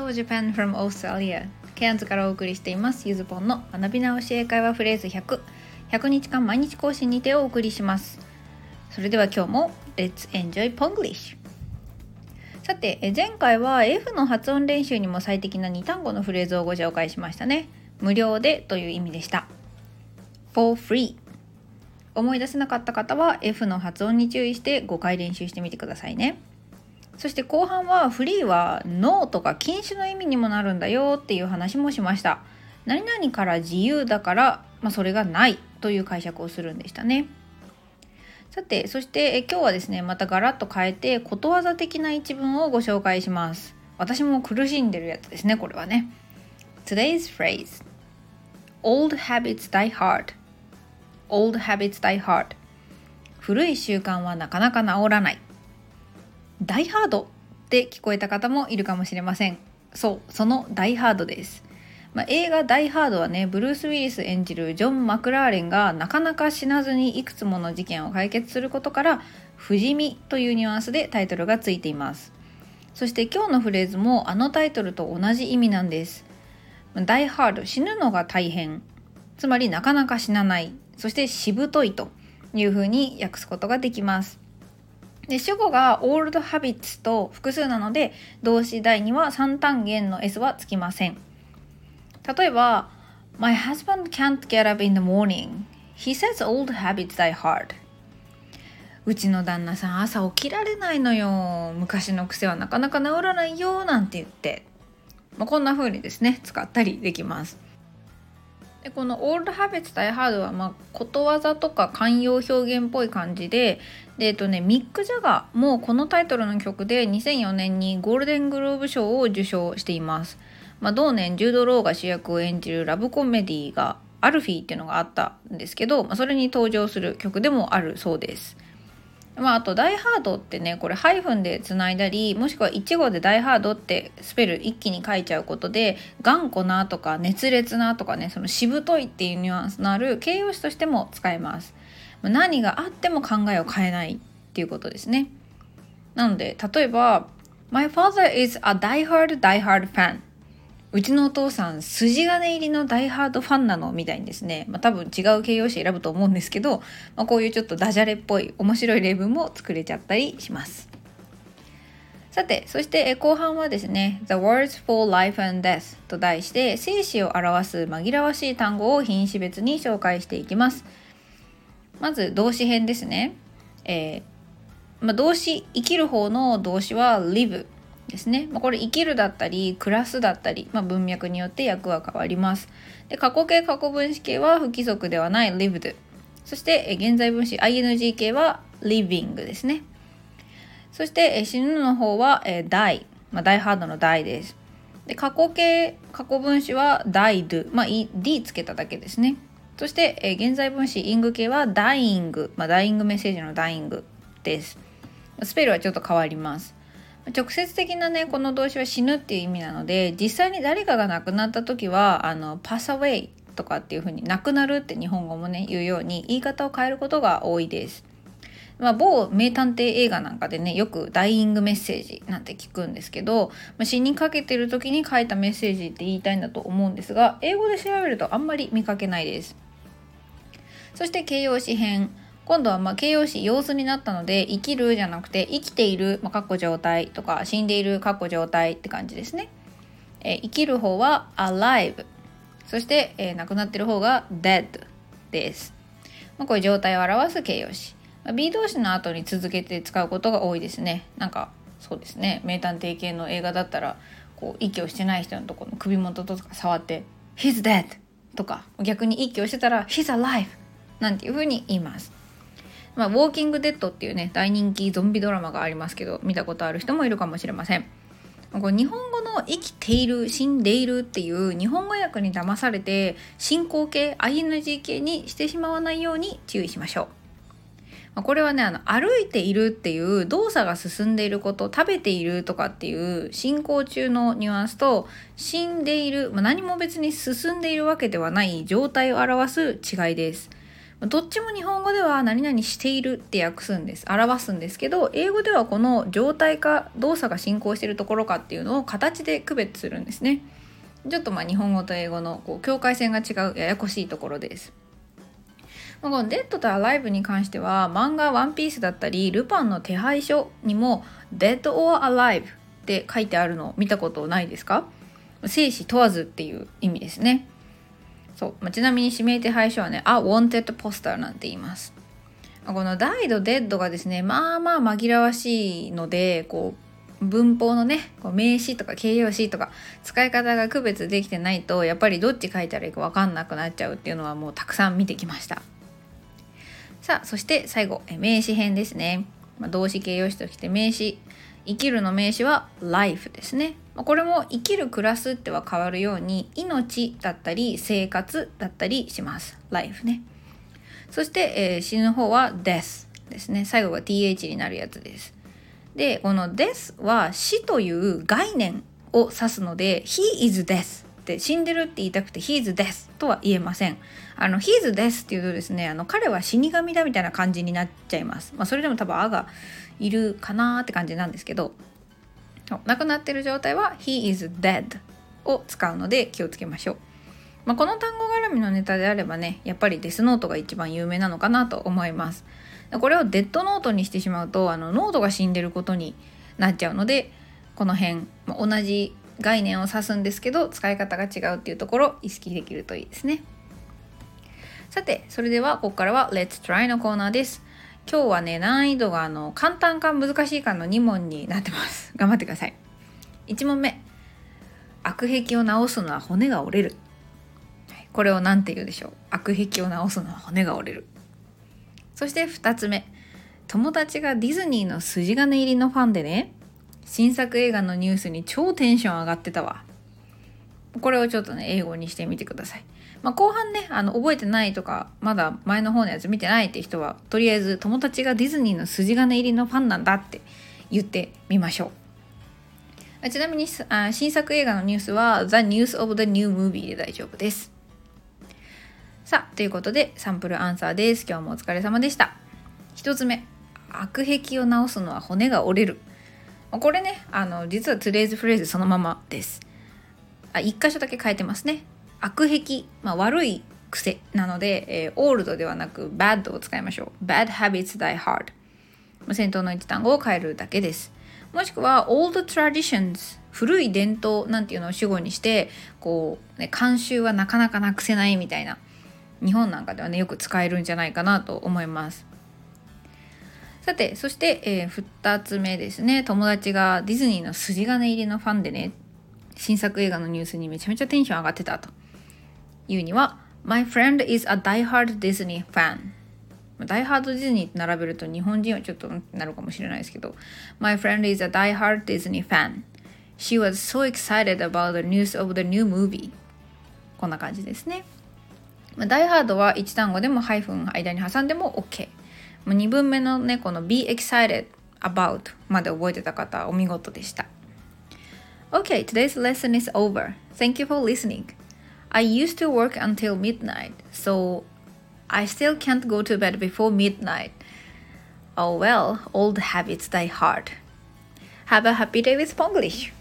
Hello Japan from Australia ケアンズからお送りしていますゆずぽんの学び直し英会話フレーズ100日間毎日更新にてお送りします。それでは今日も Let's enjoy Ponglish。 さて前回は F の発音練習にも最適な2単語のフレーズをご紹介しましたね。無料でという意味でした。 For free。 思い出せなかった方は F の発音に注意して5回練習してみてくださいね。そして後半はフリーはノーとか禁止の意味にもなるんだよっていう話もしました。何々から自由だから、それがないという解釈をするんでしたね。さてそして今日はですねまたガラッと変えてことわざ的な一文をご紹介します。私も苦しんでるやつですねこれはね。 Today's phrase Old habits die hard。 Old habits die hard。 古い習慣はなかなか治らない。ダイハードって聞こえた方もいるかもしれません。そのダイハードです。映画ダイハードはねブルース・ウィリス演じるジョン・マクラーレンがなかなか死なずにいくつもの事件を解決することから不死身というニュアンスでタイトルがついています。そして今日のフレーズもあのタイトルと同じ意味なんです。ダイハード、死ぬのが大変、つまりなかなか死なない、そしてしぶといというふうに訳すことができます。で主語が old habits と複数なので動詞大には3単元の S はつきません。例えば My husband can't get up in the morning. He says old habits die hard. うちの旦那さん朝起きられないのよ。昔の癖はなかなか治らないよなんて言って、こんな風にですね使ったりできます。でこの Old Habits Die Hard はことわざとか慣用表現っぽい感じで、ミック・ジャガーもこのタイトルの曲で2004年にゴールデングローブ賞を受賞しています。同年ジュード・ローが主役を演じるラブコメディがアルフィーっていうのがあったんですけど、それに登場する曲でもあるそうです。あとダイハードってねこれハイフンでつないだりもしくは一語でダイハードってスペル一気に書いちゃうことで頑固なとか熱烈なとかねそのしぶといっていうニュアンスのある形容詞としても使えます。何があっても考えを変えないっていうことですね。なので例えば My father is a die-hard fan。うちのお父さん筋金入りのダイハードファンなのみたいにですね、多分違う形容詞選ぶと思うんですけど、こういうちょっとダジャレっぽい面白い例文も作れちゃったりします。さてそして後半はですね The words for life and death と題して生死を表す紛らわしい単語を品詞別に紹介していきます。まず動詞編ですね。動詞生きる方の動詞は liveですね。これ生きるだったり暮らすだったり、文脈によって訳は変わります。で過去形過去分詞形は不規則ではない lived。 そして現在分詞 ing 形は living ですね。そして死ぬの方は die、die hard の die です。で過去形過去分詞は died、d つけただけですね。そして現在分詞 ing 形は dying、dying メッセージの dying です。スペルはちょっと変わります。直接的なねこの動詞は死ぬっていう意味なので実際に誰かが亡くなった時はpass away とかっていう風に亡くなるって日本語もね言うように言い方を変えることが多いです。某名探偵映画なんかでねよくダイイングメッセージなんて聞くんですけど、死にかけてる時に書いたメッセージって言いたいんだと思うんですが英語で調べるとあんまり見かけないです。そして形容詞編、今度は形容詞様子になったので生きるじゃなくて生きている、かっこ状態とか死んでいるかっこ状態って感じですね。生きる方は alive、 そして、亡くなっている方が dead です。こういう状態を表す形容詞、B 動詞の後に続けて使うことが多いですね。そうですね名探偵系の映画だったらこう息をしてない人のところの首元とか触って He's dead とか逆に息をしてたら He's alive なんていう風に言います。ウォーキングデッドっていうね大人気ゾンビドラマがありますけど見たことある人もいるかもしれません。これ日本語の生きている死んでいるっていう日本語訳に騙されて進行形 ing 形にしてしまわないように注意しましょう。これはね歩いているっていう動作が進んでいること、食べているとかっていう進行中のニュアンスと死んでいる、何も別に進んでいるわけではない状態を表す違いです。 どっちも日本語では何々しているって訳すんです、表すんですけど、英語ではこの状態か動作が進行しているところかっていうのを形で区別するんですね。ちょっと日本語と英語の境界線が違うややこしいところです。このデッドとアライブに関しては漫画ワンピースだったりルパンの手配書にも Dead or Alive って書いてあるのを見たことないですか？生死問わずっていう意味ですね。そう、ちなみに指名手配書はね、A Wanted Poster なんて言います。この Died デッドがですね、紛らわしいので、文法のね、名詞とか形容詞とか使い方が区別できてないと、やっぱりどっち書いたらいいか分かんなくなっちゃうっていうのはもうたくさん見てきました。さあ、そして最後、名詞編ですね。動詞形容詞として名詞、生きるの名詞は life ですね。これも生きる暮らすっては変わるように命だったり生活だったりします。 life ね。そして、死ぬ方は death ですね。最後が th になるやつです。で、この death は死という概念を指すので he is deathって死んでるって言いたくて he is death とは言えません。he is death っていうとですね、彼は死神だみたいな感じになっちゃいます。それでも多分あがいるかなって感じなんですけど、亡くなってる状態は he is dead を使うので気をつけましょう。この単語絡みのネタであればね、やっぱりデスノートが一番有名なのかなと思います。これをデッドノートにしてしまうとノートが死んでることになっちゃうので、この辺、同じ概念を指すんですけど使い方が違うっていうところを意識できるといいですね。さて、それではここからは Let's Try のコーナーです。今日はね、難易度が簡単か難しいかの2問になってます。頑張ってください。1問目、悪癖を直すのは骨が折れる。これを何て言うでしょう。悪癖を直すのは骨が折れる。そして2つ目、友達がディズニーの筋金入りのファンでね、新作映画のニュースに超テンション上がってたわ。これをちょっとね、英語にしてみてください。後半ね、覚えてないとかまだ前の方のやつ見てないって人は、とりあえず友達がディズニーの筋金入りのファンなんだって言ってみましょう。ちなみに新作映画のニュースは The News of the New Movie で大丈夫です。さあ、ということでサンプルアンサーです。今日もお疲れ様でした。1つ目、悪癖を直すのは骨が折れる。これね、実はトゥレーズフレーズそのままです。1箇所だけ変えてますね。悪癖、悪い癖なので、old ではなく bad を使いましょう。bad habits die hard。先頭の1単語を変えるだけです。もしくは old traditions、 古い伝統なんていうのを主語にして、慣習はなかなかなくせないみたいな、日本なんかではねよく使えるんじゃないかなと思います。さて、そして、2つ目ですね。友達がディズニーの筋金入りのファンでね、新作映画のニュースにめちゃめちゃテンション上がってたというには My friend is a die-hard Disney fan。 die-hard ディズニーって並べると日本人はちょっとなるかもしれないですけど、 My friend is a die-hard Disney fan. She was so excited about the news of the new movie。 こんな感じですね。die-hard は1単語でもハイフン間に挟んでも OK。 2文目のね、この be excited about まで覚えてた方お見事でした。Okay, today's lesson is over. Thank you for listening. I used to work until midnight, so I still can't go to bed before midnight. Oh well, old habits die hard. Have a happy day with Ponglish.